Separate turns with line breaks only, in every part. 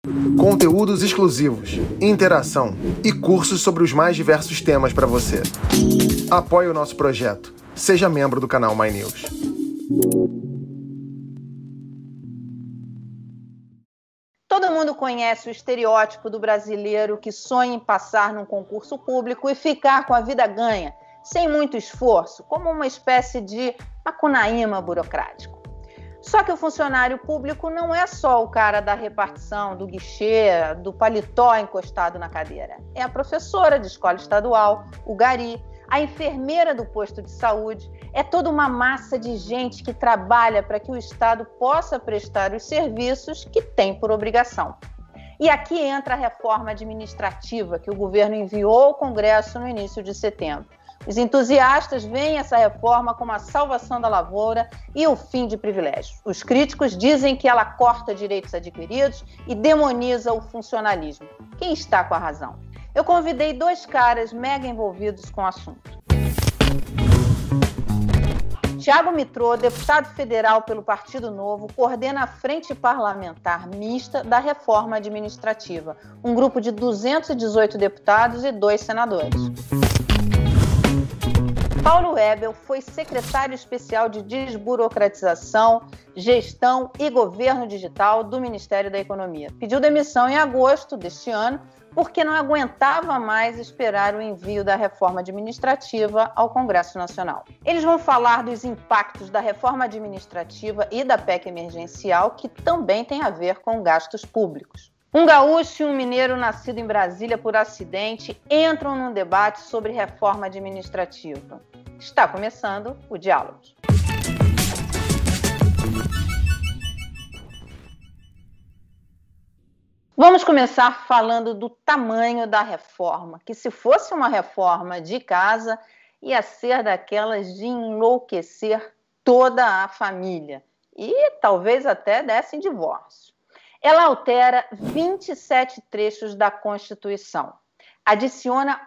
Conteúdos exclusivos, interação e cursos sobre os mais diversos temas para você. Apoie o nosso projeto. Seja membro do canal My News.
Todo mundo conhece o estereótipo do brasileiro que sonha em passar num concurso público e ficar com a vida ganha, sem muito esforço, como uma espécie de macunaíma burocrático. Só que o funcionário público não é só o cara da repartição, do guichê, do paletó encostado na cadeira. É a professora de escola estadual, o gari, a enfermeira do posto de saúde. É toda uma massa de gente que trabalha para que o Estado possa prestar os serviços que tem por obrigação. E aqui entra a reforma administrativa que o governo enviou ao Congresso no início de setembro. Os entusiastas veem essa reforma como a salvação da lavoura e o fim de privilégios. Os críticos dizem que ela corta direitos adquiridos e demoniza o funcionalismo. Quem está com a razão? Eu convidei dois caras mega envolvidos com o assunto. Tiago Mitrô, deputado federal pelo Partido Novo, coordena a Frente Parlamentar Mista da Reforma Administrativa, um grupo de 218 deputados e 2 senadores. Paulo Webel foi secretário especial de Desburocratização, Gestão e Governo Digital do Ministério da Economia. Pediu demissão em agosto deste ano porque não aguentava mais esperar o envio da reforma administrativa ao Congresso Nacional. Eles vão falar dos impactos da reforma administrativa e da PEC emergencial, que também tem a ver com gastos públicos. Um gaúcho e um mineiro nascido em Brasília por acidente entram num debate sobre reforma administrativa. Está começando o Diálogo. Vamos começar falando do tamanho da reforma, que se fosse uma reforma de casa, ia ser daquelas de enlouquecer toda a família e talvez até desse divórcio. Ela altera 27 trechos da Constituição, adiciona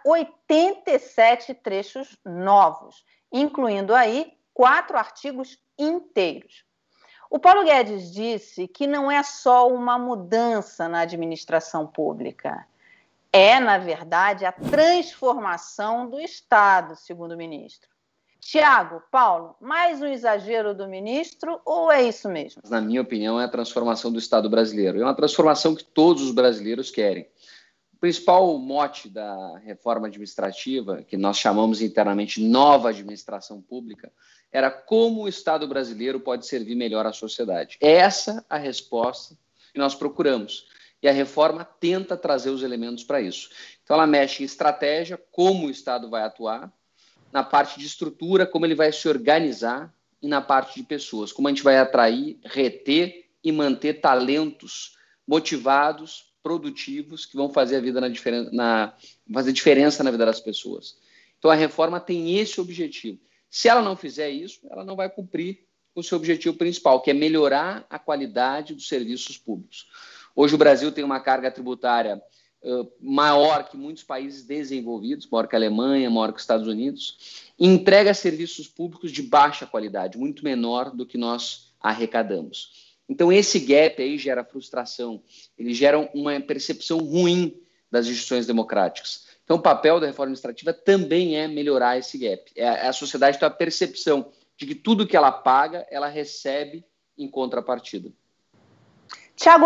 87 trechos novos, incluindo aí 4 artigos inteiros. O Paulo Guedes disse que não é só uma mudança na administração pública, é, na verdade, a transformação do Estado, segundo o ministro. Tiago, Paulo, mais um exagero do ministro ou é isso mesmo?
Na minha opinião, é a transformação do Estado brasileiro. É uma transformação que todos os brasileiros querem. O principal mote da reforma administrativa, que nós chamamos internamente nova administração pública, era como o Estado brasileiro pode servir melhor à sociedade. É essa a resposta que nós procuramos. E a reforma tenta trazer os elementos para isso. Então, ela mexe em estratégia, como o Estado vai atuar, na parte de estrutura, como ele vai se organizar, e na parte de pessoas, como a gente vai atrair, reter e manter talentos motivados, produtivos, que vão fazer a vida fazer diferença na vida das pessoas. Então, a reforma tem esse objetivo. Se ela não fizer isso, ela não vai cumprir o seu objetivo principal, que é melhorar a qualidade dos serviços públicos. Hoje, o Brasil tem uma carga tributária maior que muitos países desenvolvidos, maior que a Alemanha, maior que os Estados Unidos, e entrega serviços públicos de baixa qualidade, muito menor do que nós arrecadamos. Então, esse gap aí gera frustração, ele gera uma percepção ruim das instituições democráticas. Então, o papel da reforma administrativa também é melhorar esse gap. A sociedade tem a percepção de que tudo que ela paga, ela recebe em contrapartida.
Tiago,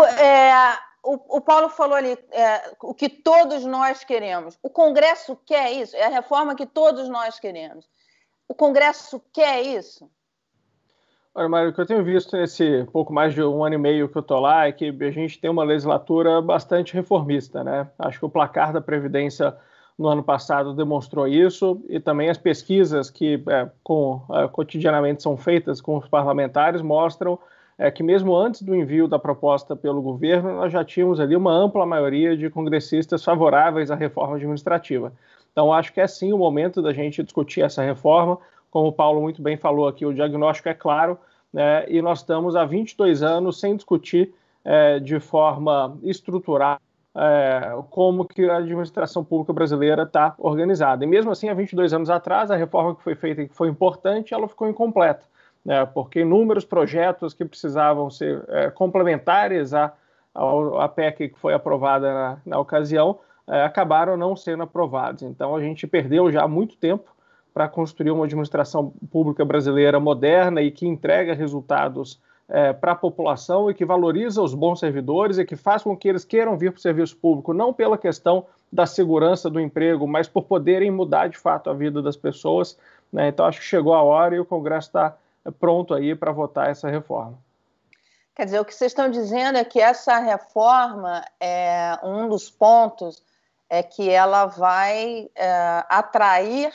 o Paulo falou ali o que todos nós queremos. O Congresso quer isso? É a reforma que todos nós queremos. O Congresso quer isso?
Olha, Mário, o que eu tenho visto nesse pouco mais de 1 ano e meio que eu estou lá é que a gente tem uma legislatura bastante reformista, né? Acho que o placar da Previdência no ano passado demonstrou isso, e também as pesquisas que cotidianamente são feitas com os parlamentares mostram que mesmo antes do envio da proposta pelo governo, nós já tínhamos ali uma ampla maioria de congressistas favoráveis à reforma administrativa. Então, acho que é sim o momento da gente discutir essa reforma. Como o Paulo muito bem falou aqui, o diagnóstico é claro, né, e nós estamos há 22 anos sem discutir de forma estrutural como que a administração pública brasileira está organizada. E mesmo assim, há 22 anos atrás, a reforma que foi feita e que foi importante, ela ficou incompleta, né, porque inúmeros projetos que precisavam ser complementares à a PEC que foi aprovada na ocasião, acabaram não sendo aprovados. Então, a gente perdeu já muito tempo para construir uma administração pública brasileira moderna e que entrega resultados para a população e que valoriza os bons servidores e que faz com que eles queiram vir para o serviço público, não pela questão da segurança do emprego, mas por poderem mudar de fato a vida das pessoas, né? Então, acho que chegou a hora e o Congresso está pronto aí para votar essa reforma.
Quer dizer, o que vocês estão dizendo é que essa reforma, um dos pontos é que ela vai atrair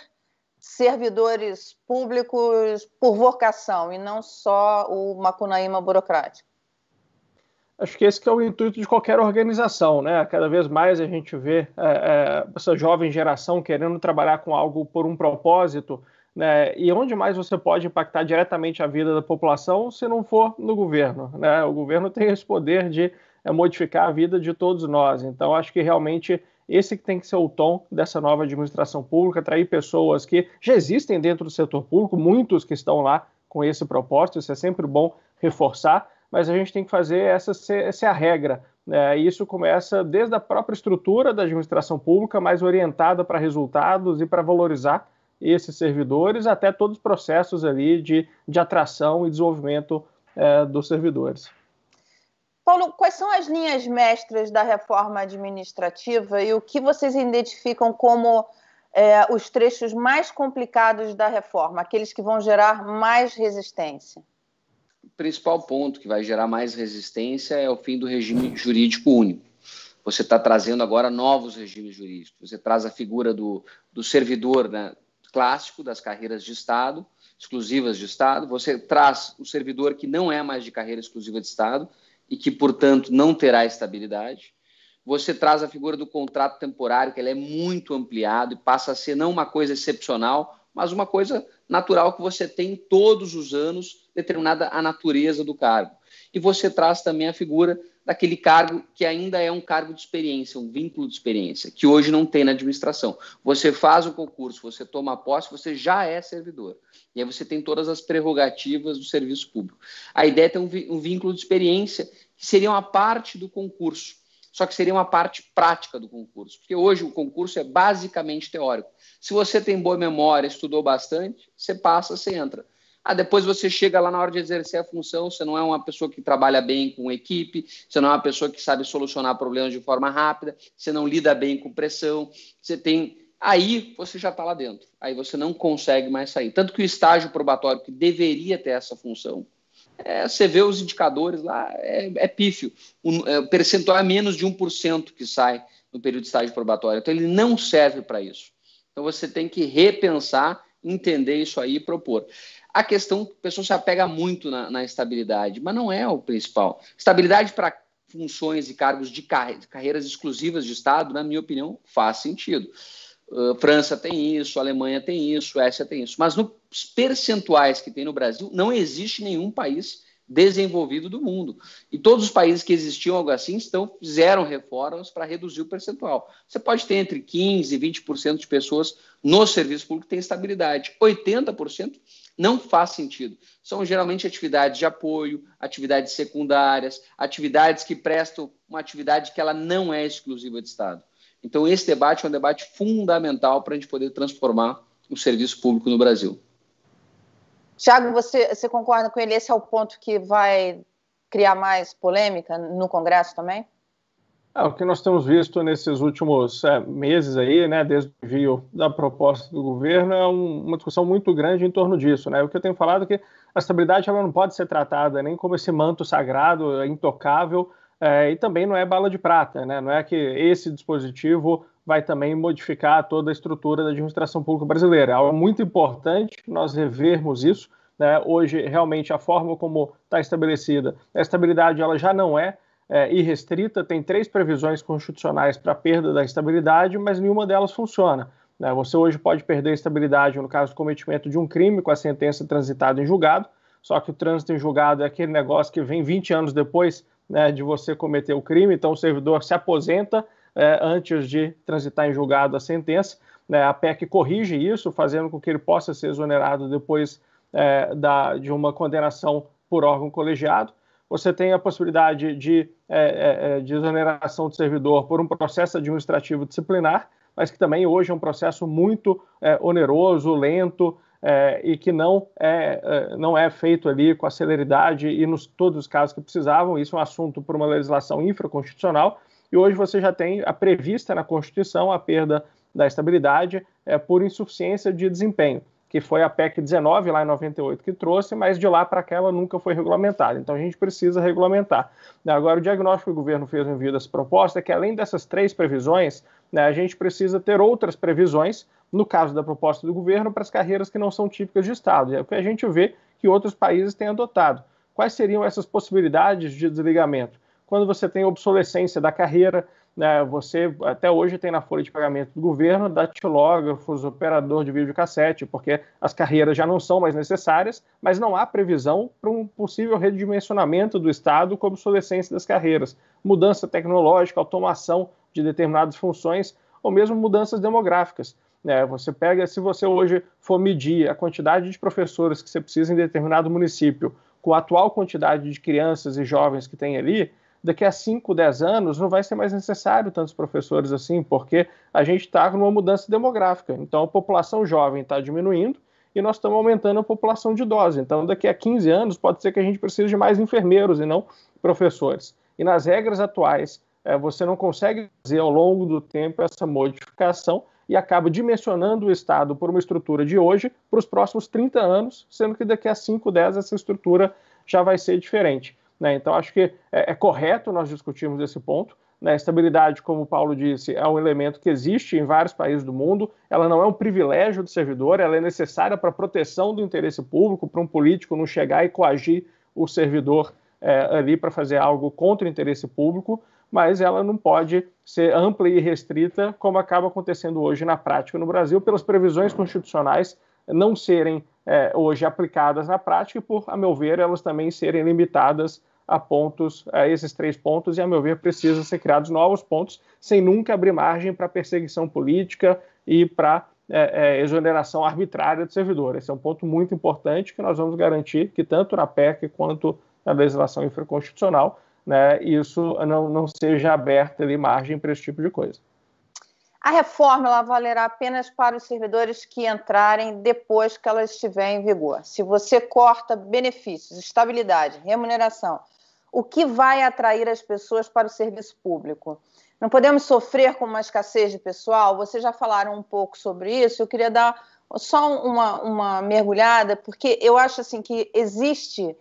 servidores públicos por vocação e não só o macunaíma burocrático.
Acho que esse que é o intuito de qualquer organização, né? Cada vez mais a gente vê essa jovem geração querendo trabalhar com algo por um propósito, né? E onde mais você pode impactar diretamente a vida da população se não for no governo, né? O governo tem esse poder de modificar a vida de todos nós. Então, acho que realmente esse que tem que ser o tom dessa nova administração pública, atrair pessoas que já existem dentro do setor público, muitos que estão lá com esse propósito, isso é sempre bom reforçar, mas a gente tem que fazer essa é a regra, né? Isso começa desde a própria estrutura da administração pública, mais orientada para resultados e para valorizar esses servidores, até todos os processos ali de atração e desenvolvimento dos servidores.
Paulo, quais são as linhas mestras da reforma administrativa e o que vocês identificam como os trechos mais complicados da reforma, aqueles que vão gerar mais resistência?
O principal ponto que vai gerar mais resistência é o fim do regime jurídico único. Você está trazendo agora novos regimes jurídicos. Você traz a figura do servidor, né, clássico das carreiras de Estado, exclusivas de Estado. Você traz o servidor que não é mais de carreira exclusiva de Estado e que, portanto, não terá estabilidade. Você traz a figura do contrato temporário, que ele é muito ampliado e passa a ser não uma coisa excepcional, mas uma coisa natural que você tem todos os anos, determinada a natureza do cargo. E você traz também a figura daquele cargo que ainda é um cargo de experiência, um vínculo de experiência, que hoje não tem na administração. Você faz o concurso, você toma posse, você já é servidor. E aí você tem todas as prerrogativas do serviço público. A ideia é ter um vínculo de experiência que seria uma parte do concurso, só que seria uma parte prática do concurso, porque hoje o concurso é basicamente teórico. Se você tem boa memória, estudou bastante, você passa, você entra. Depois você chega lá na hora de exercer a função, você não é uma pessoa que trabalha bem com equipe, você não é uma pessoa que sabe solucionar problemas de forma rápida, você não lida bem com pressão, aí você já está lá dentro, aí você não consegue mais sair. Tanto que o estágio probatório, que deveria ter essa função, você vê os indicadores lá, é pífio. O percentual é menos de 1% que sai no período de estágio probatório. Então, ele não serve para isso. Então, você tem que repensar, entender isso aí e propor. A questão, a pessoa se apega muito na estabilidade, mas não é o principal. Estabilidade para funções e cargos de carreiras exclusivas de Estado, na minha opinião, faz sentido. França tem isso, Alemanha tem isso, Suécia tem isso. Mas nos percentuais que tem no Brasil, não existe nenhum país desenvolvido do mundo. E todos os países que existiam algo assim fizeram reformas para reduzir o percentual. Você pode ter entre 15% e 20% de pessoas no serviço público que têm estabilidade. 80% não faz sentido. São geralmente atividades de apoio, atividades secundárias, atividades que prestam uma atividade que ela não é exclusiva de Estado. Então, esse debate é um debate fundamental para a gente poder transformar o serviço público no Brasil.
Tiago, você concorda com ele? Esse é o ponto que vai criar mais polêmica no Congresso também?
O que nós temos visto nesses últimos meses aí, né, desde o envio da proposta do governo, é uma discussão muito grande em torno disso, né? O que eu tenho falado é que a estabilidade ela não pode ser tratada nem como esse manto sagrado, intocável, e também não é bala de prata, né? Não é que esse dispositivo vai também modificar toda a estrutura da administração pública brasileira. É algo muito importante nós revermos isso, né? Hoje, realmente, a forma como está estabelecida, a estabilidade ela já não é irrestrita, tem 3 previsões constitucionais para a perda da estabilidade, mas nenhuma delas funciona, né? Você hoje pode perder a estabilidade no caso do cometimento de um crime com a sentença transitada em julgado, só que o trânsito em julgado é aquele negócio que vem 20 anos depois, né, de você cometer o crime, então o servidor se aposenta antes de transitar em julgado a sentença, né? A PEC corrige isso, fazendo com que ele possa ser exonerado depois de uma condenação por órgão colegiado, você tem a possibilidade de exoneração do servidor por um processo administrativo disciplinar, mas que também hoje é um processo muito oneroso, lento, e que não é feito ali com a celeridade e nos todos os casos que precisavam. Isso é um assunto por uma legislação infraconstitucional, e hoje você já tem a prevista na Constituição a perda da estabilidade por insuficiência de desempenho, que foi a PEC 19, lá em 98, que trouxe, mas de lá para cá ela nunca foi regulamentada. Então a gente precisa regulamentar. Agora, o diagnóstico que o governo fez no envio dessa proposta é que, além dessas 3 previsões, a gente precisa ter outras previsões, no caso da proposta do governo, para as carreiras que não são típicas de Estado. É o que a gente vê que outros países têm adotado. Quais seriam essas possibilidades de desligamento? Quando você tem obsolescência da carreira, você até hoje tem na folha de pagamento do governo datilógrafos, operador de videocassete, porque as carreiras já não são mais necessárias, mas não há previsão para um possível redimensionamento do Estado com a obsolescência das carreiras, mudança tecnológica, automação de determinadas funções, ou mesmo mudanças demográficas. Você pega, se você hoje for medir a quantidade de professores que você precisa em determinado município, com a atual quantidade de crianças e jovens que tem ali, daqui a 5, 10 anos não vai ser mais necessário tantos professores assim, porque a gente está numa mudança demográfica. Então a população jovem está diminuindo e nós estamos aumentando a população de idosos. Então daqui a 15 anos pode ser que a gente precise de mais enfermeiros e não professores. E nas regras atuais, você não consegue fazer ao longo do tempo essa modificação e acaba dimensionando o Estado por uma estrutura de hoje para os próximos 30 anos, sendo que daqui a 5, 10 essa estrutura já vai ser diferente. Então, acho que é correto nós discutirmos esse ponto. A estabilidade, como o Paulo disse, é um elemento que existe em vários países do mundo. Ela não é um privilégio do servidor, ela é necessária para a proteção do interesse público, para um político não chegar e coagir o servidor ali para fazer algo contra o interesse público, mas ela não pode ser ampla e restrita, como acaba acontecendo hoje na prática no Brasil, pelas previsões constitucionais não serem hoje aplicadas na prática e, por, a meu ver, elas também serem limitadas a pontos, a esses 3 pontos, e, a meu ver, precisam ser criados novos pontos, sem nunca abrir margem para perseguição política e para exoneração arbitrária do servidor. Esse é um ponto muito importante que nós vamos garantir que, tanto na PEC quanto na legislação infraconstitucional, isso não seja aberta ali margem para esse tipo de coisa.
A reforma ela valerá apenas para os servidores que entrarem depois que ela estiver em vigor. Se você corta benefícios, estabilidade, remuneração, o que vai atrair as pessoas para o serviço público? Não podemos sofrer com uma escassez de pessoal? Vocês já falaram um pouco sobre isso. Eu queria dar só uma mergulhada, porque eu acho assim, que existe...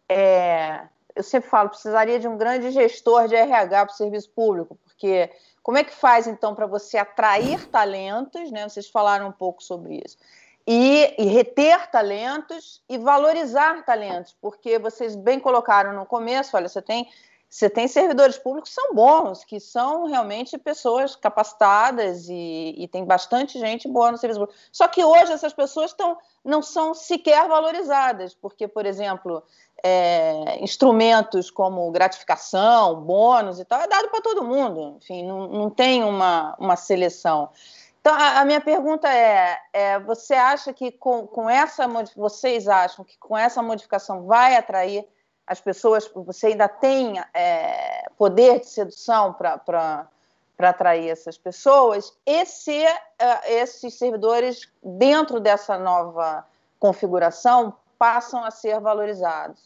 eu sempre falo, precisaria de um grande gestor de RH para o serviço público, porque como é que faz, então, para você atrair talentos, Vocês falaram um pouco sobre isso, e reter talentos e valorizar talentos, porque vocês bem colocaram no começo, olha, você tem servidores públicos que são bons, que são realmente pessoas capacitadas e tem bastante gente boa no serviço público. Só que hoje essas pessoas não são sequer valorizadas, porque, por exemplo, instrumentos como gratificação, bônus e tal, é dado para todo mundo. Enfim, não tem uma seleção. Então, a minha pergunta você acha que vocês acham que com essa modificação vai atrair as pessoas, você ainda tem poder de sedução para atrair essas pessoas, e se esses servidores, dentro dessa nova configuração, passam a ser valorizados?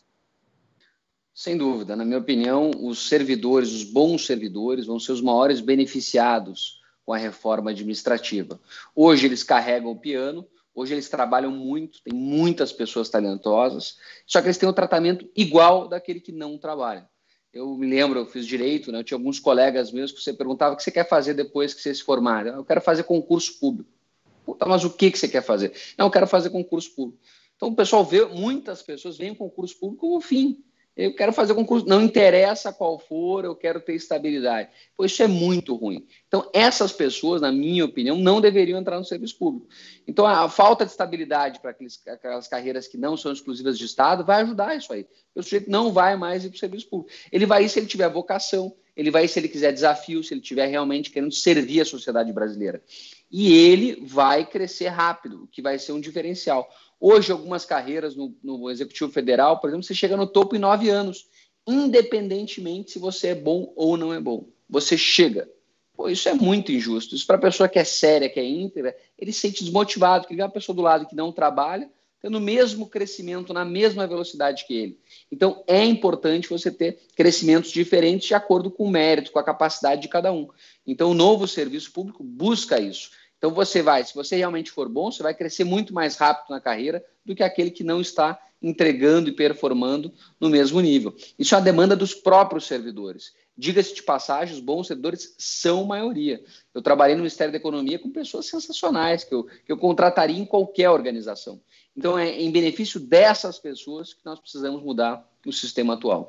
Sem dúvida. Na minha opinião, os servidores, os bons servidores, vão ser os maiores beneficiados com a reforma administrativa. Hoje eles carregam o piano, hoje eles trabalham muito, tem muitas pessoas talentosas, só que eles têm um tratamento igual daquele que não trabalha. Eu me lembro, eu fiz direito, eu tinha alguns colegas meus que você perguntava o que você quer fazer depois que você se formar. Eu quero fazer concurso público. Puta, mas o que você quer fazer? Não, eu quero fazer concurso público. Então o pessoal muitas pessoas veem o concurso público como fim. Eu quero fazer concurso, não interessa qual for, eu quero ter estabilidade. Pois isso é muito ruim. Então, essas pessoas, na minha opinião, não deveriam entrar no serviço público. Então, a falta de estabilidade para aquelas carreiras que não são exclusivas de Estado vai ajudar isso aí. O sujeito não vai mais ir para o serviço público. Ele vai ir se ele tiver vocação, ele vai ir se ele quiser desafio, se ele estiver realmente querendo servir a sociedade brasileira. E ele vai crescer rápido, o que vai ser um diferencial. Hoje, algumas carreiras no Executivo Federal, por exemplo, você chega no topo em 9 anos. independentemente se você é bom ou não é bom. Você chega. Pô, isso é muito injusto. Isso para a pessoa que é séria, que é íntegra, ele se sente desmotivado, porque vê uma pessoa do lado que não trabalha, tendo o mesmo crescimento, na mesma velocidade que ele. Então, é importante você ter crescimentos diferentes de acordo com o mérito, com a capacidade de cada um. Então, o novo serviço público busca isso. Então, se você realmente for bom, você vai crescer muito mais rápido na carreira do que aquele que não está entregando e performando no mesmo nível. Isso é a demanda dos próprios servidores. Diga-se de passagem, os bons servidores são maioria. Eu trabalhei no Ministério da Economia com pessoas sensacionais, que eu contrataria em qualquer organização. Então, é em benefício dessas pessoas que nós precisamos mudar o sistema atual.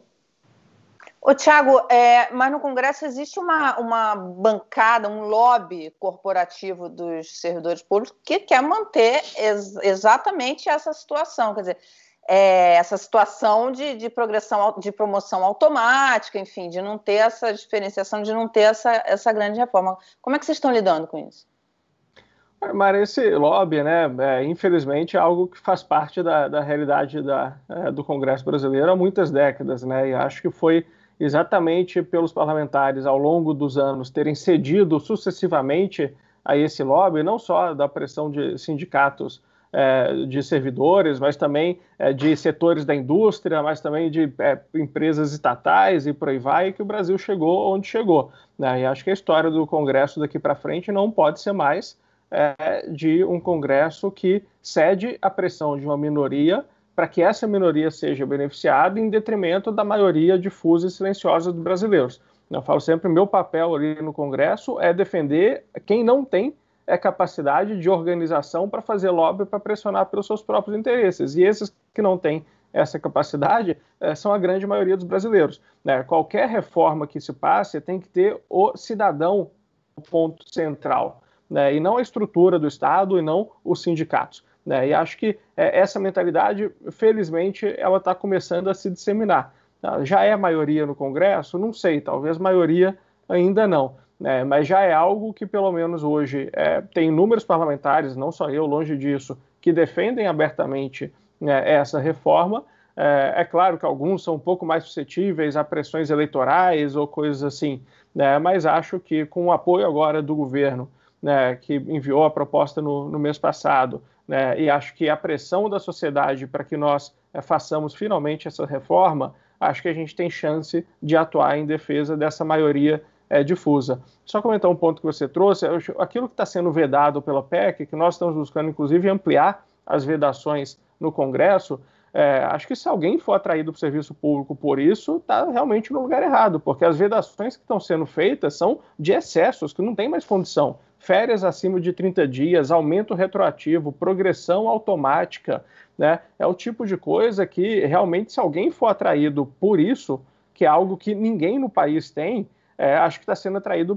Ô, Thiago, mas no Congresso existe uma bancada, um lobby corporativo dos servidores públicos que quer manter exatamente essa situação, quer dizer, essa situação de progressão, de promoção automática, enfim, de não ter essa diferenciação, de não ter essa grande reforma. Como é que vocês estão lidando com isso?
Mas esse lobby, né, infelizmente, é algo que faz parte da realidade do Congresso brasileiro há muitas décadas, né, e acho que foi exatamente pelos parlamentares, ao longo dos anos, terem cedido sucessivamente a esse lobby, não só da pressão de sindicatos de servidores, mas também de setores da indústria, mas também de empresas estatais e por aí vai, que o Brasil chegou onde chegou, né? E acho que a história do Congresso daqui para frente não pode ser mais de um Congresso que cede à pressão de uma minoria para que essa minoria seja beneficiada em detrimento da maioria difusa e silenciosa dos brasileiros. Eu falo sempre, meu papel ali no Congresso é defender quem não tem capacidade de organização para fazer lobby, para pressionar pelos seus próprios interesses. E esses que não têm essa capacidade são a grande maioria dos brasileiros, né? Qualquer reforma que se passe tem que ter o cidadão no ponto central, né? E não a estrutura do Estado e não os sindicatos, né? E acho que essa mentalidade, felizmente, ela está começando a se disseminar. Já é a maioria no Congresso? Não sei, talvez maioria ainda não. Mas já é algo que, pelo menos hoje, tem inúmeros parlamentares, não só eu, longe disso, que defendem abertamente essa reforma. É claro que alguns são um pouco mais suscetíveis a pressões eleitorais ou coisas assim, né? Mas acho que com o apoio agora do governo, né, que enviou a proposta no mês passado, né, e acho que a pressão da sociedade para que nós façamos finalmente essa reforma, acho que a gente tem chance de atuar em defesa dessa maioria difusa. Só comentar um ponto que você trouxe, aquilo que está sendo vedado pela PEC, que nós estamos buscando, inclusive, ampliar as vedações no Congresso, acho que se alguém for atraído para o serviço público por isso, está realmente no lugar errado, porque as vedações que estão sendo feitas são de excessos, que não tem mais condição. Férias acima de 30 dias, aumento retroativo, progressão automática, né? É o tipo de coisa que realmente, se alguém for atraído por isso, que é algo que ninguém no país tem, acho que está sendo atraído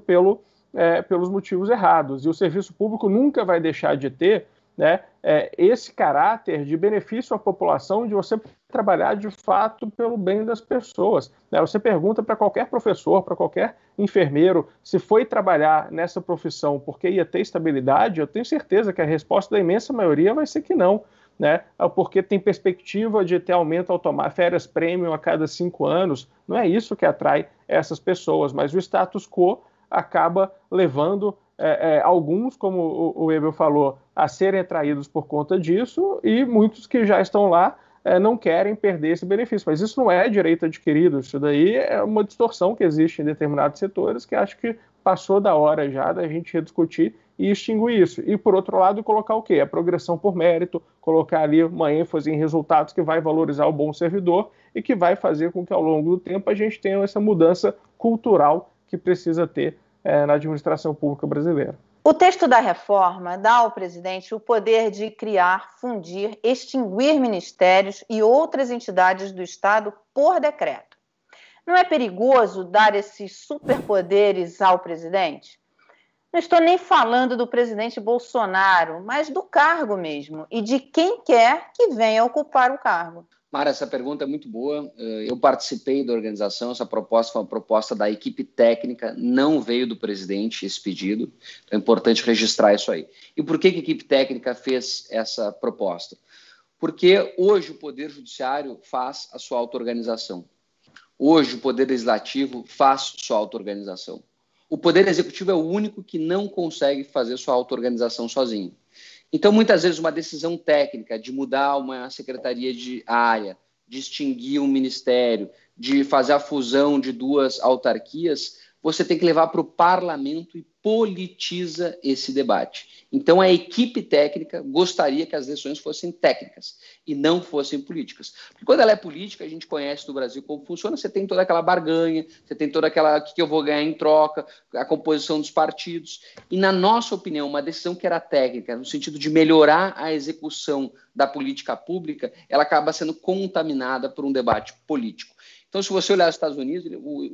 pelos motivos errados. E o serviço público nunca vai deixar de ter, né, esse caráter de benefício à população, de você trabalhar de fato pelo bem das pessoas, né? Você pergunta para qualquer professor, para qualquer enfermeiro, se foi trabalhar nessa profissão porque ia ter estabilidade, eu tenho certeza que a resposta da imensa maioria vai ser que não, né? Porque tem perspectiva de ter aumento automático, férias premium a cada 5 anos, não é isso que atrai essas pessoas, mas o status quo acaba levando alguns, como o Webel falou, a serem atraídos por conta disso, e muitos que já estão lá não querem perder esse benefício. Mas isso não é direito adquirido, isso daí é uma distorção que existe em determinados setores, que acho que passou da hora já da gente rediscutir e extinguir isso. E, por outro lado, colocar o quê? A progressão por mérito, colocar ali uma ênfase em resultados que vai valorizar o bom servidor e que vai fazer com que, ao longo do tempo, a gente tenha essa mudança cultural que precisa ter na administração pública brasileira.
O texto da reforma dá ao presidente o poder de criar, fundir, extinguir ministérios e outras entidades do Estado por decreto. Não é perigoso dar esses superpoderes ao presidente? Não estou nem falando do presidente Bolsonaro, mas do cargo mesmo e de quem quer que venha ocupar o cargo.
Mara, essa pergunta é muito boa. Eu participei da organização, essa proposta foi uma proposta da equipe técnica, não veio do presidente esse pedido, então é importante registrar isso aí. E por que a equipe técnica fez essa proposta? Porque hoje o Poder Judiciário faz a sua auto-organização. Hoje, o Poder Legislativo faz sua auto-organização. O Poder Executivo é o único que não consegue fazer sua auto-organização sozinho. Então, muitas vezes, uma decisão técnica de mudar uma secretaria de área, de extinguir um ministério, de fazer a fusão de duas autarquias, você tem que levar para o parlamento e politiza esse debate. Então, a equipe técnica gostaria que as decisões fossem técnicas e não fossem políticas. Porque quando ela é política, a gente conhece no Brasil como funciona, você tem toda aquela barganha, você tem toda aquela o que eu vou ganhar em troca, a composição dos partidos. E, na nossa opinião, uma decisão que era técnica, no sentido de melhorar a execução da política pública, ela acaba sendo contaminada por um debate político. Então, se você olhar os Estados Unidos,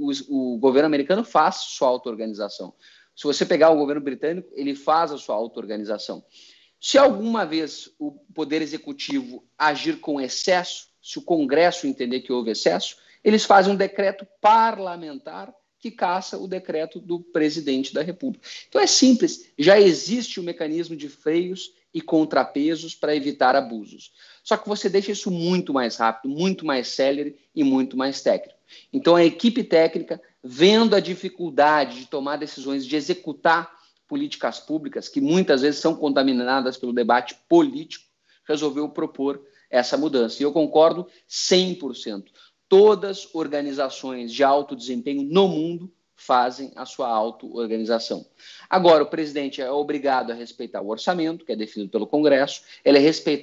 o governo americano faz sua auto-organização. Se você pegar o governo britânico, ele faz a sua auto-organização. Se alguma vez o Poder Executivo agir com excesso, se o Congresso entender que houve excesso, eles fazem um decreto parlamentar que caça o decreto do presidente da República. Então é simples, já existe o mecanismo de freios e contrapesos para evitar abusos. Só que você deixa isso muito mais rápido, muito mais célere e muito mais técnico. Então a equipe técnica, vendo a dificuldade de tomar decisões, de executar políticas públicas, que muitas vezes são contaminadas pelo debate político, resolveu propor essa mudança. E eu concordo 100%. Todas as organizações de alto desempenho no mundo fazem a sua auto-organização. Agora, o presidente é obrigado a respeitar o orçamento, que é definido pelo Congresso, ele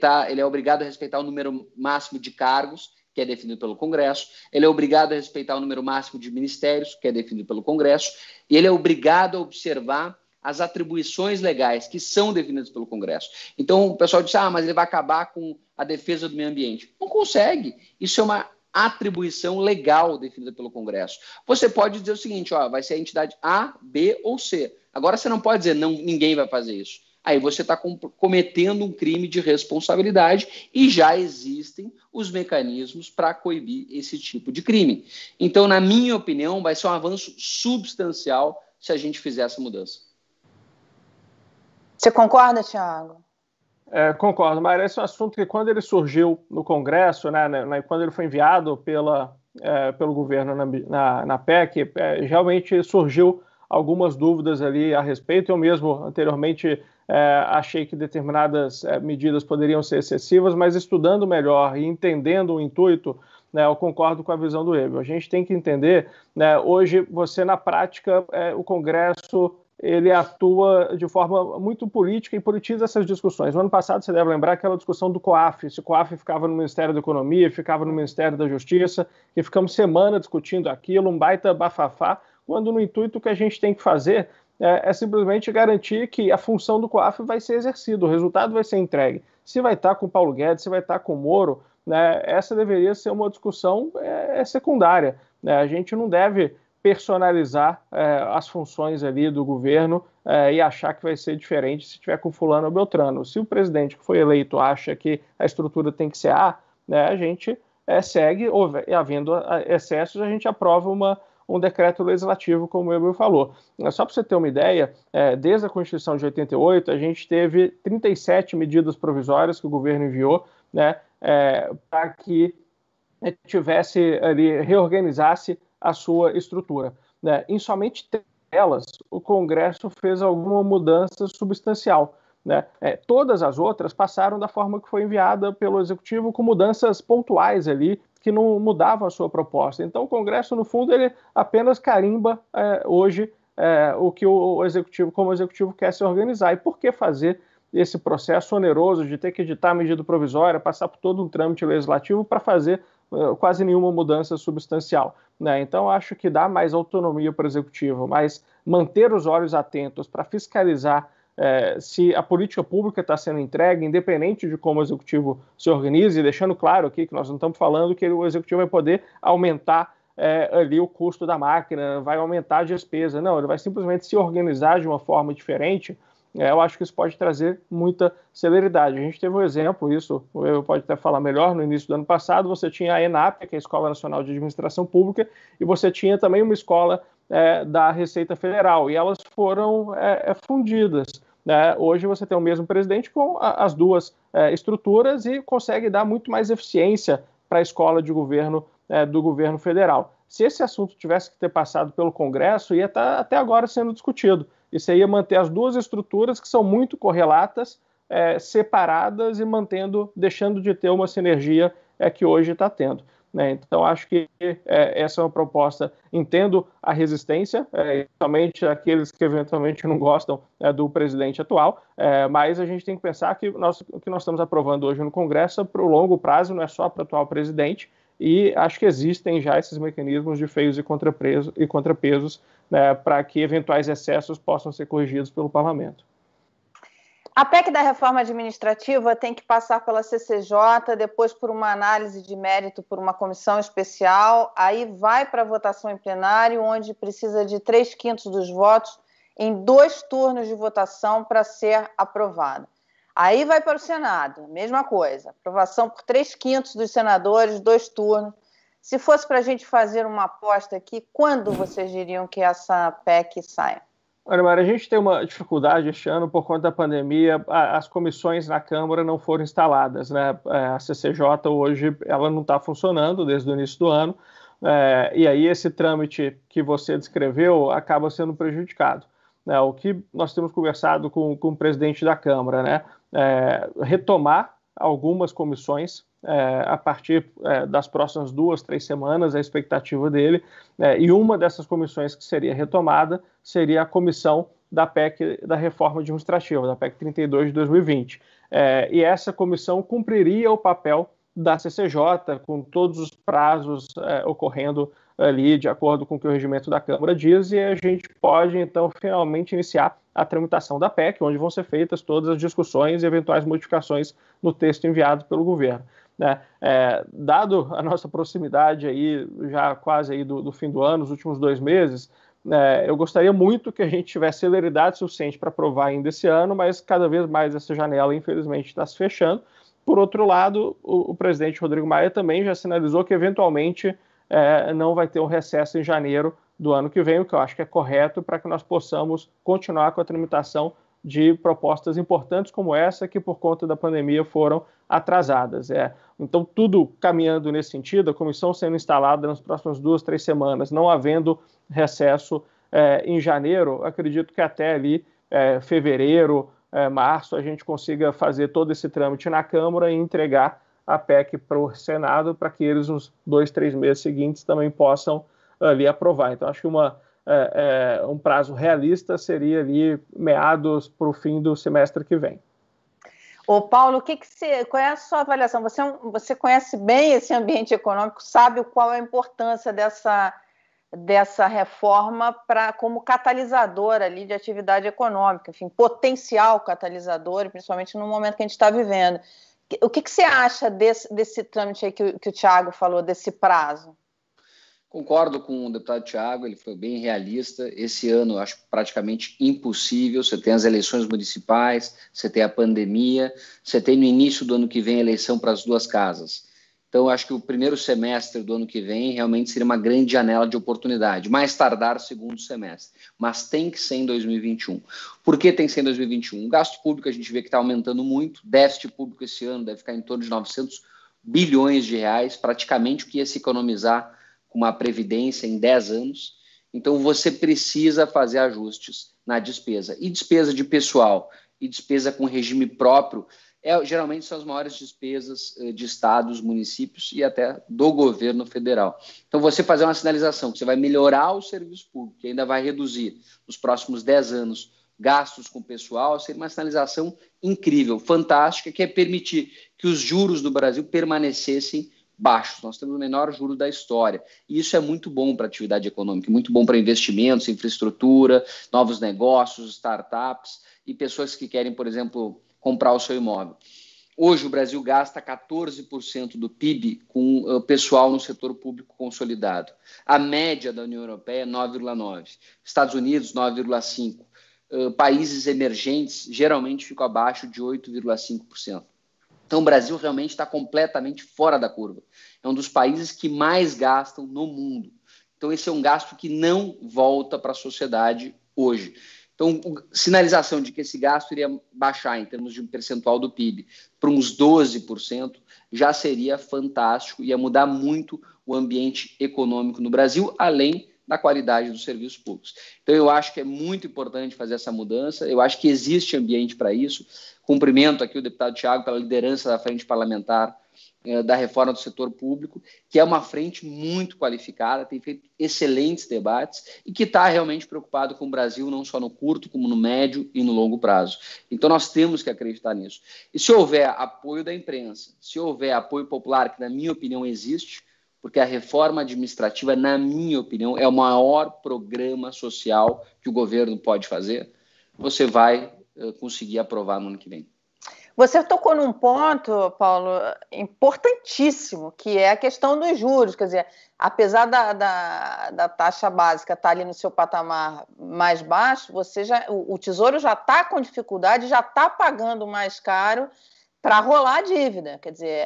é obrigado a respeitar o número máximo de cargos, que é definido pelo Congresso, ele é obrigado a respeitar o número máximo de ministérios, que é definido pelo Congresso, e ele é obrigado a observar as atribuições legais que são definidas pelo Congresso. Então, o pessoal diz, mas ele vai acabar com a defesa do meio ambiente. Não consegue. Isso é uma atribuição legal definida pelo Congresso. Você pode dizer o seguinte, vai ser a entidade A, B ou C. Agora, você não pode dizer, não, ninguém vai fazer isso. Aí você está cometendo um crime de responsabilidade e já existem os mecanismos para coibir esse tipo de crime. Então, na minha opinião, vai ser um avanço substancial se a gente fizer essa mudança.
Você concorda, Thiago?
Concordo, mas esse é um assunto que quando ele surgiu no Congresso, quando ele foi enviado pelo governo na PEC, realmente surgiu algumas dúvidas ali a respeito. Eu mesmo, anteriormente, achei que determinadas medidas poderiam ser excessivas, mas estudando melhor e entendendo o intuito, eu concordo com a visão do Ebel. A gente tem que entender, hoje você na prática, o Congresso ele atua de forma muito política e politiza essas discussões. No ano passado, você deve lembrar aquela discussão do COAF, se o COAF ficava no Ministério da Economia, ficava no Ministério da Justiça, que ficamos semana discutindo aquilo, um baita bafafá, quando no intuito que a gente tem que fazer é simplesmente garantir que a função do COAF vai ser exercida, o resultado vai ser entregue. Se vai estar com o Paulo Guedes, se vai estar com o Moro, essa deveria ser uma discussão secundária. A gente não deve personalizar as funções ali do governo e achar que vai ser diferente se tiver com fulano ou beltrano. Se o presidente que foi eleito acha que a estrutura tem que ser A, a gente segue, havendo excessos, a gente aprova um decreto legislativo, como o Ebel falou. Só para você ter uma ideia, desde a Constituição de 88, a gente teve 37 medidas provisórias que o governo enviou, para que tivesse ali, reorganizasse a sua estrutura. Em somente delas, o Congresso fez alguma mudança substancial. Todas as outras passaram da forma que foi enviada pelo Executivo, com mudanças pontuais ali, que não mudavam a sua proposta. Então, o Congresso, no fundo, ele apenas carimba hoje o que o Executivo, como o Executivo, quer se organizar. E por que fazer esse processo oneroso de ter que editar a medida provisória, passar por todo um trâmite legislativo para fazer quase nenhuma mudança substancial? Então, acho que dá mais autonomia para o Executivo, mas manter os olhos atentos para fiscalizar se a política pública está sendo entregue, independente de como o Executivo se organize, deixando claro aqui que nós não estamos falando que o Executivo vai poder aumentar ali o custo da máquina, vai aumentar a despesa. Não, ele vai simplesmente se organizar de uma forma diferente. Eu acho que isso pode trazer muita celeridade. A gente teve um exemplo, isso eu pode até falar melhor, no início do ano passado, você tinha a ENAP, que é a Escola Nacional de Administração Pública, e você tinha também uma escola da Receita Federal, e elas foram fundidas. Hoje você tem o mesmo presidente com as duas estruturas e consegue dar muito mais eficiência para a escola de governo do governo federal. Se esse assunto tivesse que ter passado pelo Congresso, ia estar até agora sendo discutido. Isso aí ia manter as duas estruturas que são muito correlatas, separadas e deixando de ter uma sinergia que hoje está tendo. Então, acho que essa é uma proposta. Entendo a resistência, principalmente aqueles que eventualmente não gostam do presidente atual, mas a gente tem que pensar que o que nós estamos aprovando hoje no Congresso é para o longo prazo, não é só para o atual presidente, e acho que existem já esses mecanismos de freios e contrapesos, né, para que eventuais excessos possam ser corrigidos pelo parlamento.
A PEC da reforma administrativa tem que passar pela CCJ, depois por uma análise de mérito por uma comissão especial, aí vai para a votação em plenário, onde precisa de 3/5 dos votos em 2 turnos de votação para ser aprovada. Aí vai para o Senado, mesma coisa, aprovação por 3/5 dos senadores, 2 turnos. Se fosse para a gente fazer uma aposta aqui, quando vocês diriam que essa PEC saia?
Olha, Mara, a gente tem uma dificuldade este ano por conta da pandemia. As comissões na Câmara não foram instaladas, né? A CCJ hoje ela não está funcionando desde o início do ano, e aí esse trâmite que você descreveu acaba sendo prejudicado. O que nós temos conversado com o presidente da Câmara, né? Retomar algumas comissões a partir das próximas 2, 3 semanas, a expectativa dele, e uma dessas comissões que seria retomada seria a comissão da PEC da reforma administrativa, da PEC 32 de 2020. E essa comissão cumpriria o papel da CCJ, com todos os prazos ocorrendo ali de acordo com o que o regimento da Câmara diz, e a gente pode, então, finalmente iniciar a tramitação da PEC, onde vão ser feitas todas as discussões e eventuais modificações no texto enviado pelo governo. Dado a nossa proximidade aí, já quase aí do fim do ano, os últimos 2 meses, eu gostaria muito que a gente tivesse celeridade suficiente para aprovar ainda esse ano, mas cada vez mais essa janela, infelizmente, está se fechando. Por outro lado, o presidente Rodrigo Maia também já sinalizou que, eventualmente, não vai ter um recesso em janeiro do ano que vem, o que eu acho que é correto para que nós possamos continuar com a tramitação de propostas importantes como essa, que por conta da pandemia foram atrasadas. Então, tudo caminhando nesse sentido, a comissão sendo instalada nas próximas 2, 3 semanas, não havendo recesso em janeiro, acredito que até ali fevereiro, março, a gente consiga fazer todo esse trâmite na Câmara e entregar a PEC para o Senado, para que eles, nos 2, 3 meses seguintes, também possam ali aprovar. Então, acho que um prazo realista seria ali meados para o fim do semestre que vem.
Ô Paulo, qual é a sua avaliação? Você conhece bem esse ambiente econômico, sabe qual é a importância dessa reforma como catalisador ali de atividade econômica, enfim, potencial catalisador, principalmente no momento que a gente está vivendo. O que você acha desse trâmite aí que o Thiago falou, desse prazo?
Concordo com o deputado Thiago, ele foi bem realista. Esse ano eu acho praticamente impossível. Você tem as eleições municipais, você tem a pandemia, você tem no início do ano que vem a eleição para as 2 casas. Então, eu acho que o primeiro semestre do ano que vem realmente seria uma grande janela de oportunidade, mais tardar segundo semestre, mas tem que ser em 2021. Por que tem que ser em 2021? O gasto público a gente vê que está aumentando muito, déficit público esse ano deve ficar em torno de 900 bilhões de reais, praticamente o que ia se economizar com uma previdência em 10 anos. Então, você precisa fazer ajustes na despesa. E despesa de pessoal e despesa com regime próprio geralmente são as maiores despesas de estados, municípios e até do governo federal. Então, você fazer uma sinalização que você vai melhorar o serviço público, que ainda vai reduzir nos próximos 10 anos gastos com pessoal, seria uma sinalização incrível, fantástica, que é permitir que os juros do Brasil permanecessem baixos. Nós temos o menor juro da história. E isso é muito bom para a atividade econômica, muito bom para investimentos, infraestrutura, novos negócios, startups e pessoas que querem, por exemplo, comprar o seu imóvel. Hoje o Brasil gasta 14% do PIB com o pessoal no setor público consolidado. A média da União Europeia é 9,9%. Estados Unidos, 9,5%. Países emergentes geralmente ficam abaixo de 8,5%. Então o Brasil realmente está completamente fora da curva. É um dos países que mais gastam no mundo. Então esse é um gasto que não volta para a sociedade hoje. Então, sinalização de que esse gasto iria baixar em termos de um percentual do PIB para uns 12% já seria fantástico, ia mudar muito o ambiente econômico no Brasil, além da qualidade dos serviços públicos. Então, eu acho que é muito importante fazer essa mudança, eu acho que existe ambiente para isso. Cumprimento aqui o deputado Thiago pela liderança da frente parlamentar da reforma do setor público, que é uma frente muito qualificada, tem feito excelentes debates e que está realmente preocupado com o Brasil, não só no curto, como no médio e no longo prazo. Então, nós temos que acreditar nisso. E se houver apoio da imprensa, se houver apoio popular, que na minha opinião existe, porque a reforma administrativa, na minha opinião, é o maior programa social que o governo pode fazer, você vai conseguir aprovar no ano que vem.
Você tocou num ponto, Paulo, importantíssimo, que é a questão dos juros. Quer dizer, apesar da taxa básica estar ali no seu patamar mais baixo, o Tesouro já está com dificuldade, já está pagando mais caro para rolar a dívida. Quer dizer,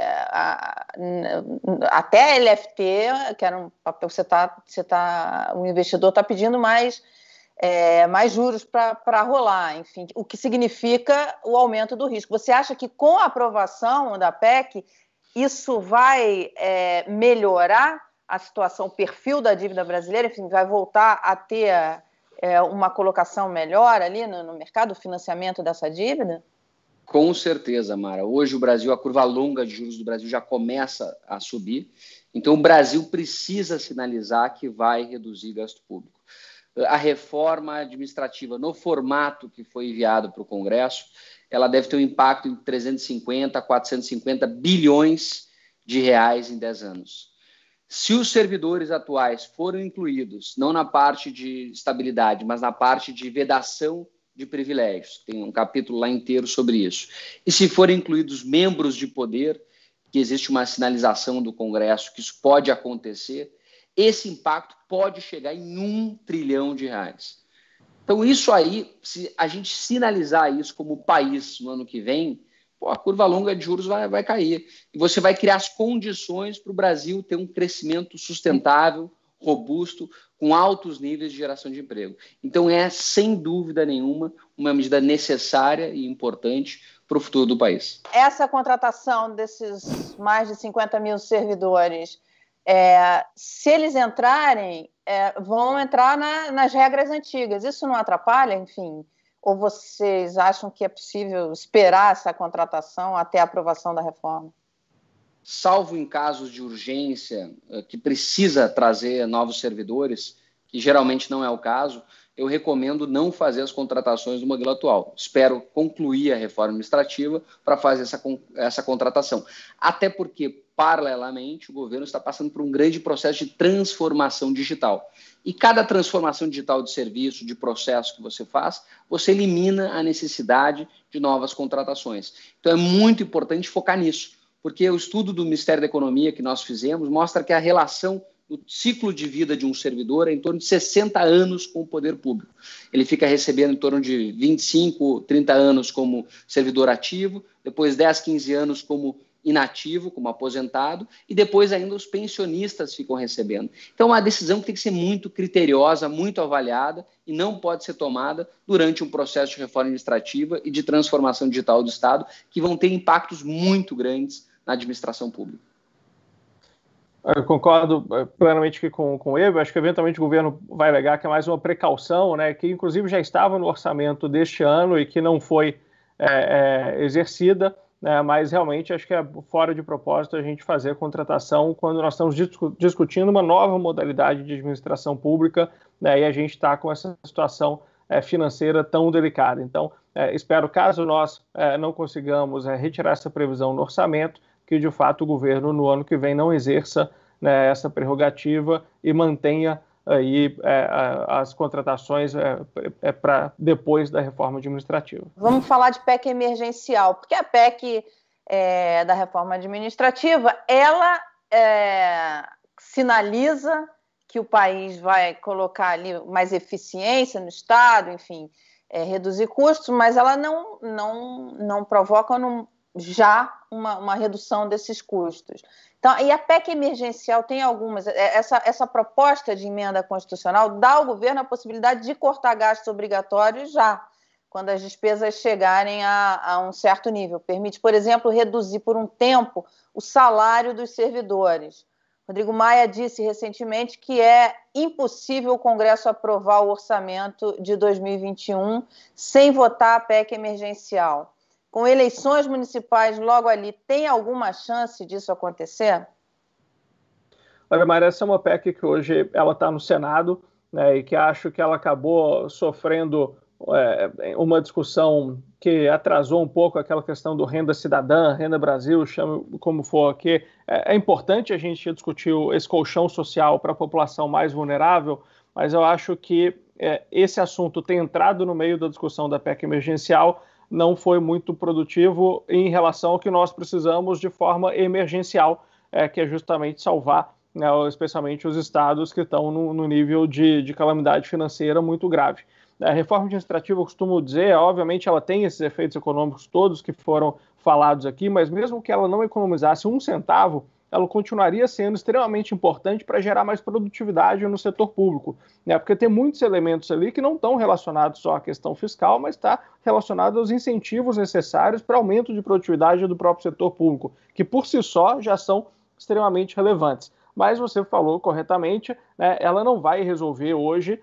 até a LFT, que era um papel que o investidor está pedindo mais juros para rolar, enfim, o que significa o aumento do risco. Você acha que com a aprovação da PEC, isso vai melhorar a situação, o perfil da dívida brasileira, enfim, vai voltar a ter uma colocação melhor ali no mercado, o financiamento dessa dívida?
Com certeza, Mara. Hoje o Brasil, a curva longa de juros do Brasil já começa a subir, então o Brasil precisa sinalizar que vai reduzir gasto público. A reforma administrativa, no formato que foi enviado para o Congresso, ela deve ter um impacto em 350 a 450 bilhões de reais em 10 anos. Se os servidores atuais foram incluídos, não na parte de estabilidade, mas na parte de vedação de privilégios, tem um capítulo lá inteiro sobre isso, e se forem incluídos membros de poder, que existe uma sinalização do Congresso que isso pode acontecer, esse impacto pode chegar em R$1 trilhão. Então, isso aí, se a gente sinalizar isso como país no ano que vem, a curva longa de juros vai cair. E você vai criar as condições para o Brasil ter um crescimento sustentável, robusto, com altos níveis de geração de emprego. Então, sem dúvida nenhuma, uma medida necessária e importante para o futuro do país.
Essa contratação desses mais de 50 mil servidores, se eles entrarem, vão entrar nas regras antigas. Isso não atrapalha, enfim? Ou vocês acham que é possível esperar essa contratação até a aprovação da reforma?
Salvo em casos de urgência, que precisa trazer novos servidores, que geralmente não é o caso, eu recomendo não fazer as contratações do modelo atual. Espero concluir a reforma administrativa para fazer essa contratação. Até porque, paralelamente, o governo está passando por um grande processo de transformação digital. E cada transformação digital de serviço, de processo que você faz, você elimina a necessidade de novas contratações. Então, é muito importante focar nisso, porque o estudo do Ministério da Economia que nós fizemos mostra que a relação do ciclo de vida de um servidor é em torno de 60 anos com o poder público. Ele fica recebendo em torno de 25, 30 anos como servidor ativo, depois 10, 15 anos como inativo, como aposentado, e depois ainda os pensionistas ficam recebendo. Então, é uma decisão que tem que ser muito criteriosa, muito avaliada, e não pode ser tomada durante um processo de reforma administrativa e de transformação digital do Estado, que vão ter impactos muito grandes na administração pública.
Eu concordo plenamente aqui com ele. Acho que eventualmente o governo vai alegar que é mais uma precaução, né, que inclusive já estava no orçamento deste ano e que não foi exercida, né, mas realmente acho que é fora de propósito a gente fazer a contratação quando nós estamos discutindo uma nova modalidade de administração pública, né, e a gente está com essa situação financeira tão delicada. Então, espero, caso nós não consigamos retirar essa previsão no orçamento, que de fato o governo no ano que vem não exerça, né, essa prerrogativa e mantenha aí as contratações para depois da reforma administrativa.
Vamos falar de PEC emergencial, porque a PEC da reforma administrativa, ela sinaliza que o país vai colocar ali mais eficiência no Estado, enfim, reduzir custos, mas ela não provoca já uma redução desses custos. Então, e a PEC emergencial tem algumas... Essa proposta de emenda constitucional dá ao governo a possibilidade de cortar gastos obrigatórios já, quando as despesas chegarem a um certo nível. Permite, por exemplo, reduzir por um tempo o salário dos servidores. Rodrigo Maia disse recentemente que é impossível o Congresso aprovar o orçamento de 2021 sem votar a PEC emergencial. Com eleições municipais logo ali, tem alguma chance disso acontecer?
Olha, Maria, essa é uma PEC que hoje ela está no Senado, né, e que acho que ela acabou sofrendo uma discussão que atrasou um pouco aquela questão do renda cidadã, renda Brasil, chame como for aqui. É importante a gente discutir esse colchão social para a população mais vulnerável, mas eu acho que esse assunto ter entrado no meio da discussão da PEC emergencial não foi muito produtivo em relação ao que nós precisamos de forma emergencial, que é justamente salvar, né, especialmente os estados que estão no nível de calamidade financeira muito grave. A reforma administrativa, eu costumo dizer, obviamente ela tem esses efeitos econômicos todos que foram falados aqui, mas mesmo que ela não economizasse um centavo, ela continuaria sendo extremamente importante para gerar mais produtividade no setor público, né? Porque tem muitos elementos ali que não estão relacionados só à questão fiscal, mas está relacionado aos incentivos necessários para aumento de produtividade do próprio setor público, que por si só já são extremamente relevantes. Mas você falou corretamente, né, ela não vai resolver hoje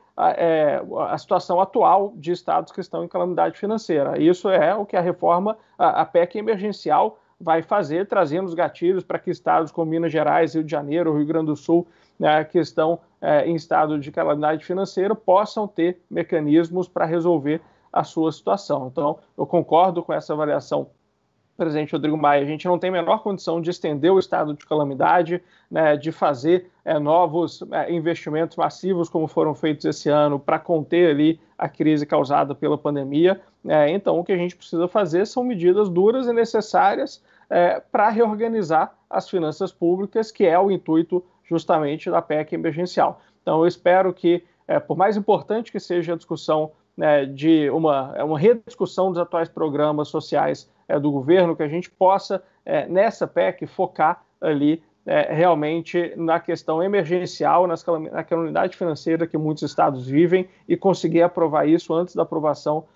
a situação atual de estados que estão em calamidade financeira. Isso é o que a reforma, a PEC emergencial, vai fazer, trazendo os gatilhos para que estados como Minas Gerais, Rio de Janeiro, Rio Grande do Sul, né, que estão em estado de calamidade financeira, possam ter mecanismos para resolver a sua situação. Então, eu concordo com essa avaliação presidente Rodrigo Maia. A gente não tem a menor condição de estender o estado de calamidade, né, de fazer novos investimentos massivos como foram feitos esse ano para conter ali a crise causada pela pandemia. Então, o que a gente precisa fazer são medidas duras e necessárias para reorganizar as finanças públicas, que é o intuito justamente da PEC emergencial. Então, eu espero que, por mais importante que seja a discussão, né, de uma rediscussão dos atuais programas sociais do governo, que a gente possa, nessa PEC, focar ali realmente na questão emergencial, na calamidade financeira que muitos estados vivem e conseguir aprovar isso antes da aprovação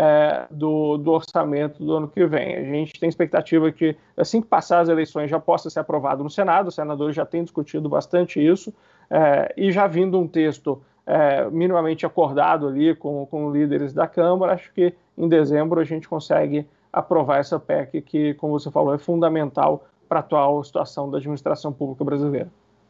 do orçamento do ano que vem. A gente tem expectativa que, assim que passar as eleições, já possa ser aprovado no Senado. Os senadores já têm discutido bastante isso, e já vindo um texto minimamente acordado ali com líderes da Câmara, acho que em dezembro a gente consegue aprovar essa PEC que, como você falou, é fundamental para a atual situação da administração pública brasileira.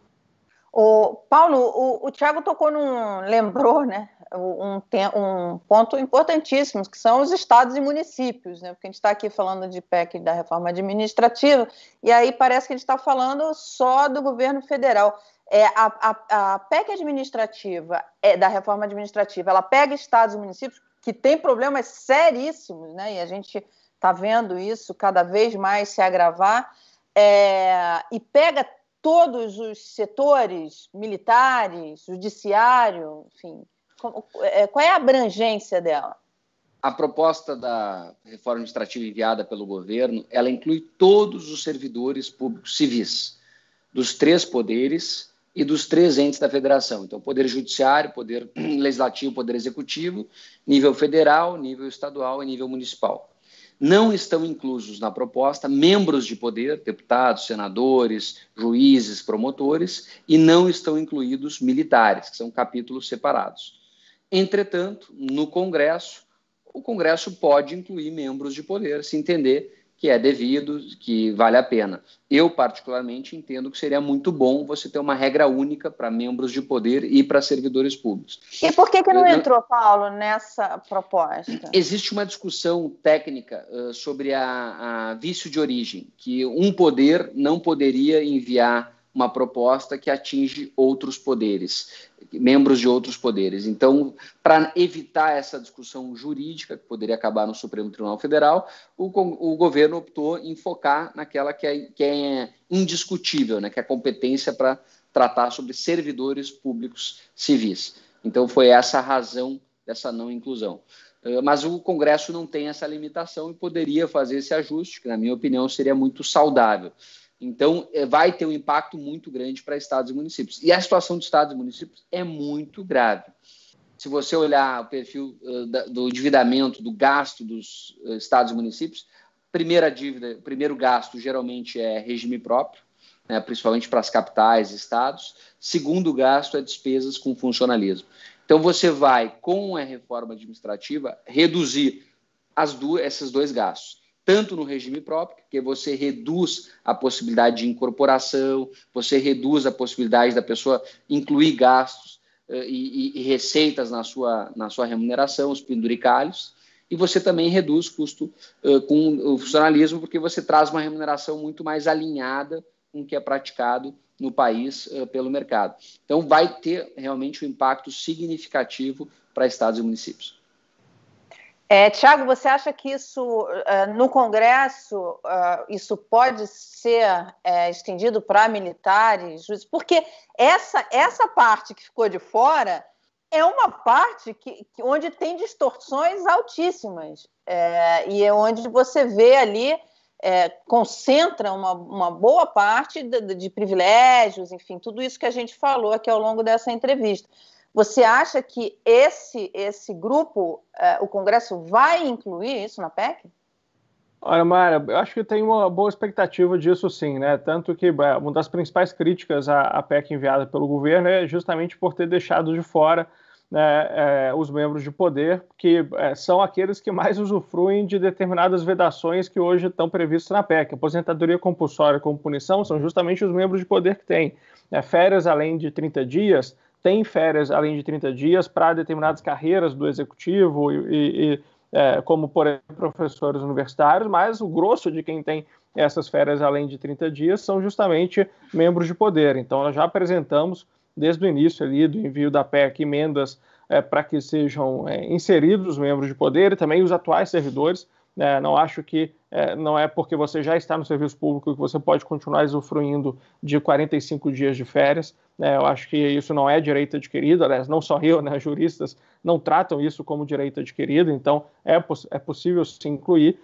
Paulo, o Thiago lembrou, né, um ponto importantíssimo, que são os estados e municípios, né, porque a gente está aqui falando de PEC da reforma administrativa, e aí parece que a gente está falando só do governo federal. A PEC administrativa, da reforma administrativa, ela pega estados e municípios que têm problemas seríssimos, né, e a gente está vendo isso cada vez mais se agravar, e pega todos os setores militares, judiciário, enfim. Qual é a abrangência dela?
A proposta da reforma administrativa enviada pelo governo, ela inclui todos os servidores públicos civis, dos 3 poderes e dos 3 entes da federação. Então, poder judiciário, poder legislativo, poder executivo, nível federal, nível estadual e nível municipal. Não estão inclusos na proposta membros de poder, deputados, senadores, juízes, promotores, e não estão incluídos militares, que são capítulos separados. Entretanto, no Congresso, o Congresso pode incluir membros de poder, se entender que é devido, que vale a pena. Eu, particularmente, entendo que seria muito bom você ter uma regra única para membros de poder e para servidores públicos.
E por que não entrou, Paulo, nessa proposta?
Existe uma discussão técnica sobre a vício de origem, que um poder não poderia enviar uma proposta que atinge outros poderes, membros de outros poderes. Então, para evitar essa discussão jurídica, que poderia acabar no Supremo Tribunal Federal, o governo optou em focar naquela que é indiscutível, né, que é a competência para tratar sobre servidores públicos civis. Então, foi essa a razão dessa não inclusão. Mas o Congresso não tem essa limitação e poderia fazer esse ajuste, que, na minha opinião, seria muito saudável. Então, vai ter um impacto muito grande para estados e municípios. E a situação dos estados e municípios é muito grave. Se você olhar o perfil do endividamento, do gasto dos estados e municípios, primeiro gasto geralmente é regime próprio, né, principalmente para as capitais e estados. Segundo gasto é despesas com funcionalismo. Então, você vai, com a reforma administrativa, reduzir esses dois gastos. Tanto no regime próprio, que você reduz a possibilidade de incorporação, você reduz a possibilidade da pessoa incluir gastos e receitas na sua remuneração, os penduricalhos, e você também reduz custo com o funcionalismo, porque você traz uma remuneração muito mais alinhada com o que é praticado no país pelo mercado. Então, vai ter realmente um impacto significativo para estados e municípios.
Tiago, você acha que isso, no Congresso, isso pode ser estendido para militares, juízes? Porque essa parte que ficou de fora é uma parte onde tem distorções altíssimas e é onde você vê ali, concentra uma boa parte de privilégios, enfim, tudo isso que a gente falou aqui ao longo dessa entrevista. Você acha que esse grupo, o Congresso vai incluir isso na PEC?
Olha, Mara, eu acho que tem uma boa expectativa disso sim, né? Tanto que uma das principais críticas à PEC enviada pelo governo é justamente por ter deixado de fora, né, os membros de poder, que são aqueles que mais usufruem de determinadas vedações que hoje estão previstas na PEC. Aposentadoria compulsória como punição são justamente os membros de poder que têm. Férias além de 30 dias, tem férias além de 30 dias para determinadas carreiras do executivo como, por exemplo, professores universitários, mas o grosso de quem tem essas férias além de 30 dias são justamente membros de poder. Então, nós já apresentamos, desde o início ali do envio da PEC, emendas para que sejam inseridos os membros de poder e também os atuais servidores. Não acho que não é porque você já está no serviço público que você pode continuar usufruindo de 45 dias de férias. Eu acho que isso não é direito adquirido, aliás, não só eu, né, juristas não tratam isso como direito adquirido, então é possível se incluir,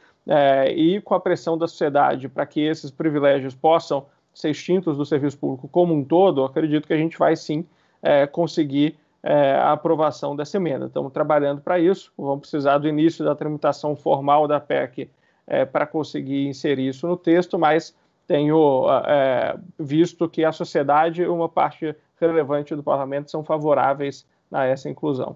e com a pressão da sociedade para que esses privilégios possam ser extintos do serviço público como um todo, acredito que a gente vai sim conseguir a aprovação dessa emenda. Estamos trabalhando para isso, vamos precisar do início da tramitação formal da PEC para conseguir inserir isso no texto, mas tenho visto que a sociedade e uma parte relevante do parlamento são favoráveis a essa inclusão.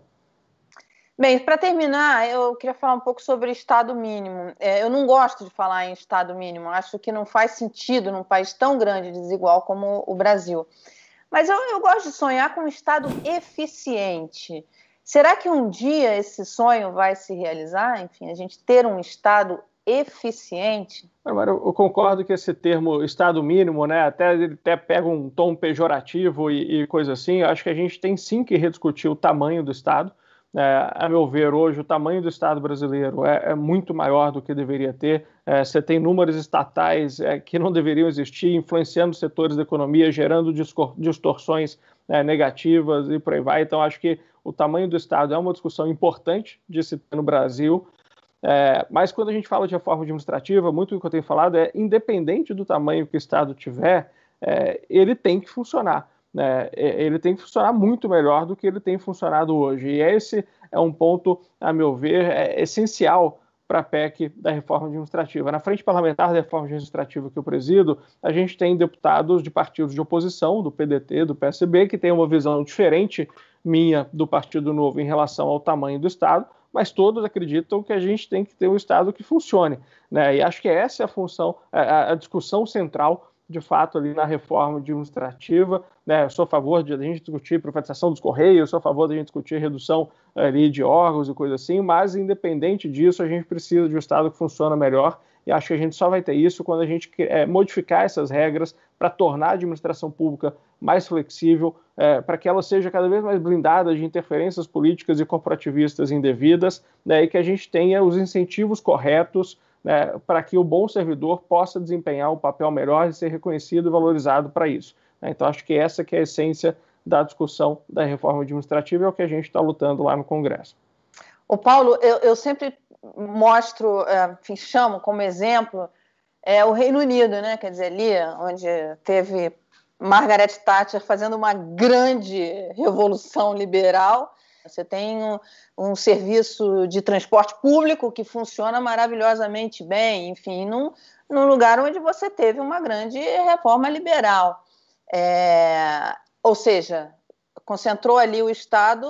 Bem, para terminar, eu queria falar um pouco sobre Estado mínimo. Eu não gosto de falar em Estado mínimo, acho que não faz sentido num país tão grande e desigual como o Brasil. Mas eu gosto de sonhar com um Estado eficiente. Será que um dia esse sonho vai se realizar? Enfim, a gente ter um Estado eficiente?
Eu concordo que esse termo Estado mínimo, né, até pega um tom pejorativo e coisa assim. Eu acho que a gente tem sim que rediscutir o tamanho do Estado. A meu ver, hoje, o tamanho do Estado brasileiro é muito maior do que deveria ter. Você tem números estatais que não deveriam existir, influenciando setores da economia, gerando distorções negativas e por aí vai. Então, acho que o tamanho do Estado é uma discussão importante de se ter no Brasil. Mas quando a gente fala de reforma administrativa, muito do que eu tenho falado independente do tamanho que o Estado tiver, ele tem que funcionar. Ele tem que funcionar muito melhor do que ele tem funcionado hoje. E esse é um ponto, a meu ver, essencial para a PEC da reforma administrativa. Na frente parlamentar da reforma administrativa que eu presido, a gente tem deputados de partidos de oposição, do PDT, do PSB, que tem uma visão diferente minha do Partido Novo em relação ao tamanho do Estado, mas todos acreditam que a gente tem que ter um Estado que funcione. E acho que essa é a função, a discussão central, de fato, ali na reforma administrativa. Eu sou a favor de a gente discutir privatização dos Correios, sou a favor de a gente discutir redução ali de órgãos e coisa assim, mas, independente disso, a gente precisa de um Estado que funcione melhor, e acho que a gente só vai ter isso quando a gente modificar essas regras para tornar a administração pública mais flexível, para que ela seja cada vez mais blindada de interferências políticas e corporativistas indevidas, e que a gente tenha os incentivos corretos para que o bom servidor possa desempenhar um papel melhor e ser reconhecido e valorizado para isso. Então, acho que essa que é a essência da discussão da reforma administrativa, é o que a gente está lutando lá no Congresso.
O Paulo, eu sempre mostro, enfim, chamo como exemplo o Reino Unido, né? Quer dizer, ali onde teve Margaret Thatcher fazendo uma grande revolução liberal. Você tem um serviço de transporte público que funciona maravilhosamente bem, enfim, num lugar onde você teve uma grande reforma liberal. Ou seja, concentrou ali o Estado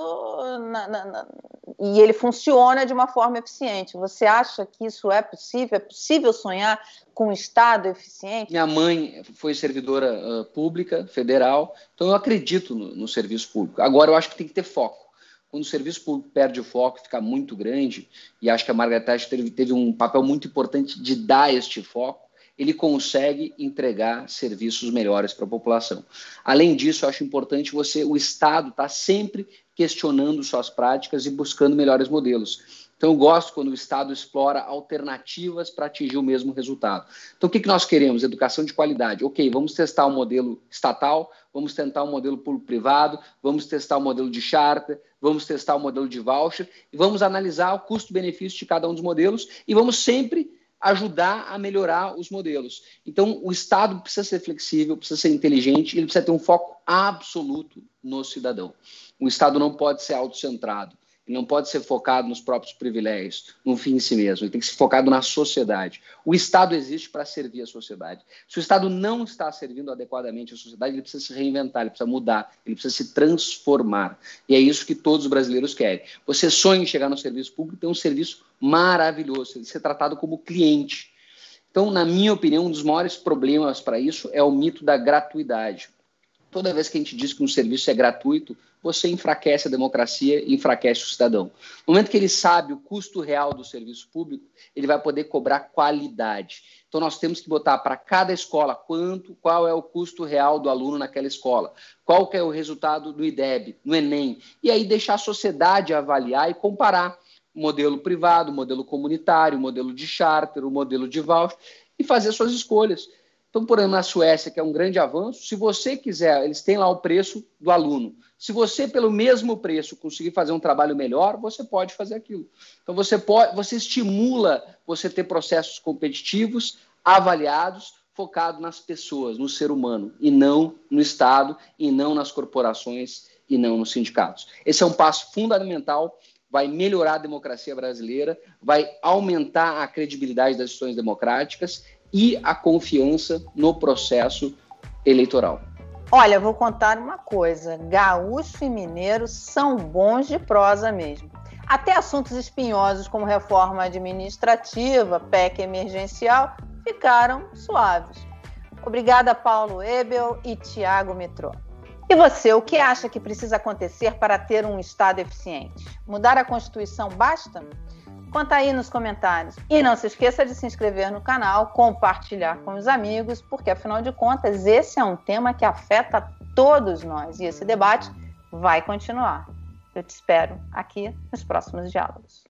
e ele funciona de uma forma eficiente. Você acha que isso é possível? É possível sonhar com um Estado eficiente?
Minha mãe foi servidora pública, federal, então eu acredito no serviço público. Agora, eu acho que tem que ter foco. Quando o serviço público perde o foco, fica muito grande, e acho que a Margaret Thatcher teve um papel muito importante de dar este foco, ele consegue entregar serviços melhores para a população. Além disso, eu acho importante o Estado estar sempre questionando suas práticas e buscando melhores modelos. Então, eu gosto quando o Estado explora alternativas para atingir o mesmo resultado. Então, o que nós queremos? Educação de qualidade. Ok, vamos testar um modelo estatal, vamos tentar um modelo público-privado, vamos testar um modelo de charter, vamos testar um modelo de voucher, e vamos analisar o custo-benefício de cada um dos modelos e vamos sempre ajudar a melhorar os modelos. Então, o Estado precisa ser flexível, precisa ser inteligente, ele precisa ter um foco absoluto no cidadão. O Estado não pode ser autocentrado, ele não pode ser focado nos próprios privilégios, no fim em si mesmo, ele tem que ser focado na sociedade. O Estado existe para servir a sociedade. Se o Estado não está servindo adequadamente a sociedade, ele precisa se reinventar, ele precisa mudar, ele precisa se transformar. E é isso que todos os brasileiros querem. Você sonha em chegar no serviço público, ter um serviço maravilhoso, ser tratado como cliente. Então, na minha opinião, um dos maiores problemas para isso é o mito da gratuidade. Toda vez que a gente diz que um serviço é gratuito, você enfraquece a democracia e enfraquece o cidadão. No momento que ele sabe o custo real do serviço público, ele vai poder cobrar qualidade. Então, nós temos que botar para cada escola qual é o custo real do aluno naquela escola, qual que é o resultado do IDEB, no Enem, e aí deixar a sociedade avaliar e comparar o modelo privado, o modelo comunitário, o modelo de charter, o modelo de voucher, e fazer suas escolhas. Então, por exemplo, na Suécia, que é um grande avanço, se você quiser, eles têm lá o preço do aluno. Se você, pelo mesmo preço, conseguir fazer um trabalho melhor, você pode fazer aquilo. Então, você estimula você ter processos competitivos, avaliados, focados nas pessoas, no ser humano, e não no Estado, e não nas corporações, e não nos sindicatos. Esse é um passo fundamental, vai melhorar a democracia brasileira, vai aumentar a credibilidade das instituições democráticas e a confiança no processo eleitoral.
Olha, vou contar uma coisa, gaúcho e mineiro são bons de prosa mesmo. Até assuntos espinhosos como reforma administrativa, PEC emergencial, ficaram suaves. Obrigada, Paulo Ebel e Tiago Mitrô. E você, o que acha que precisa acontecer para ter um Estado eficiente? Mudar a Constituição basta? Conta aí nos comentários. E não se esqueça de se inscrever no canal, compartilhar com os amigos, porque, afinal de contas, esse é um tema que afeta todos nós. E esse debate vai continuar. Eu te espero aqui nos próximos diálogos.